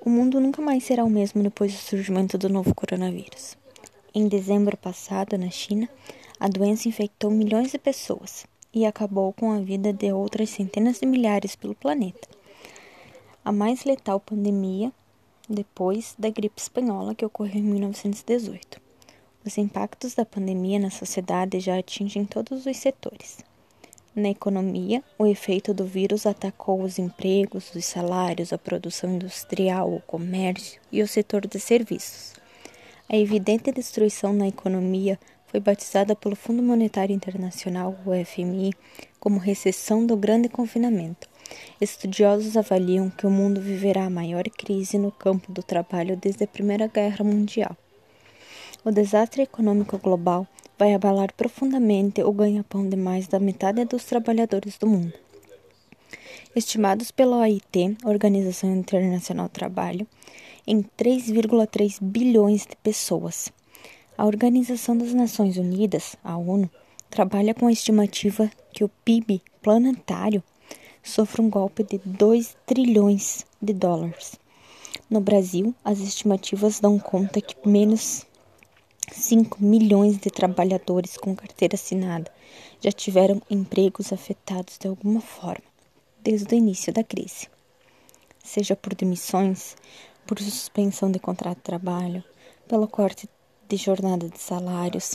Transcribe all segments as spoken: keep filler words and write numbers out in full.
O mundo nunca mais será o mesmo depois do surgimento do novo coronavírus. Em dezembro passado, na China, a doença infectou milhões de pessoas e acabou com a vida de outras centenas de milhares pelo planeta. A mais letal pandemia depois da gripe espanhola que ocorreu em mil novecentos e dezoito. Os impactos da pandemia na sociedade já atingem todos os setores. Na economia, o efeito do vírus atacou os empregos, os salários, a produção industrial, o comércio e o setor de serviços. A evidente destruição na economia foi batizada pelo Fundo Monetário Internacional, o F M I, como recessão do grande confinamento. Estudiosos avaliam que o mundo viverá a maior crise no campo do trabalho desde a Primeira Guerra Mundial. O desastre econômico global vai abalar profundamente o ganha-pão de mais da metade dos trabalhadores do mundo. Estimados pela O I T, Organização Internacional do Trabalho, em três vírgula três bilhões de pessoas. A Organização das Nações Unidas, a ONU, trabalha com a estimativa que o P I B planetário sofre um golpe de dois trilhões de dólares. No Brasil, as estimativas dão conta que menos cinco milhões de trabalhadores com carteira assinada já tiveram empregos afetados de alguma forma desde o início da crise, seja por demissões, por suspensão de contrato de trabalho, pelo corte de jornada de salários.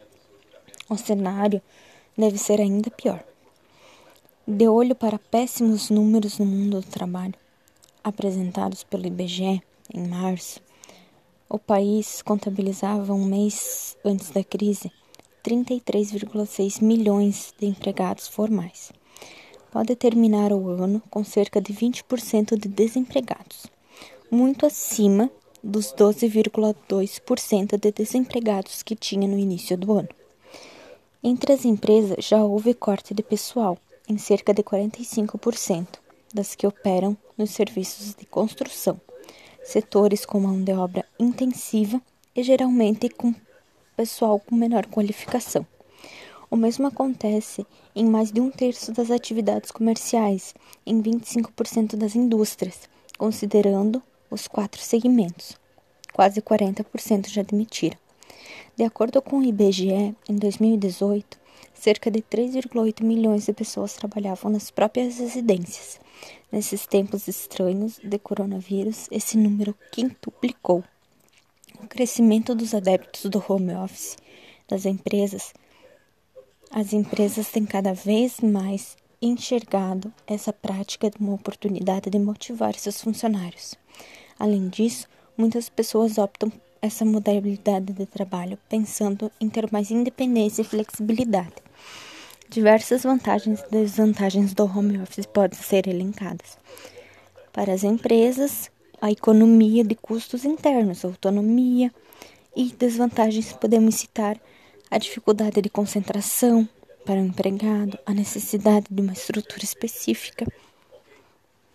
O cenário deve ser ainda pior. De olho para péssimos números no mundo do trabalho, apresentados pelo I B G E em março, o país contabilizava um mês antes da crise trinta e três vírgula seis milhões de empregados formais. Pode terminar o ano com cerca de vinte por cento de desempregados, muito acima dos doze vírgula dois por cento de desempregados que tinha no início do ano. Entre as empresas já houve corte de pessoal em cerca de quarenta e cinco por cento das que operam nos serviços de construção, setores com mão de obra intensiva e geralmente com pessoal com menor qualificação. O mesmo acontece em mais de um terço das atividades comerciais, em vinte e cinco por cento das indústrias, considerando os quatro segmentos. Quase quarenta por cento já demitiram. De acordo com o I B G E, em dois mil e dezoito, cerca de três vírgula oito milhões de pessoas trabalhavam nas próprias residências. Nesses tempos estranhos de coronavírus, esse número quintuplicou. O crescimento dos adeptos do home office das empresas, as empresas têm cada vez mais enxergado essa prática como uma oportunidade de motivar seus funcionários. Além disso, muitas pessoas optam essa modalidade de trabalho pensando em ter mais independência e flexibilidade. Diversas vantagens e desvantagens do home office podem ser elencadas. Para as empresas, a economia de custos internos, a autonomia, e desvantagens podemos citar a dificuldade de concentração para o empregado, a necessidade de uma estrutura específica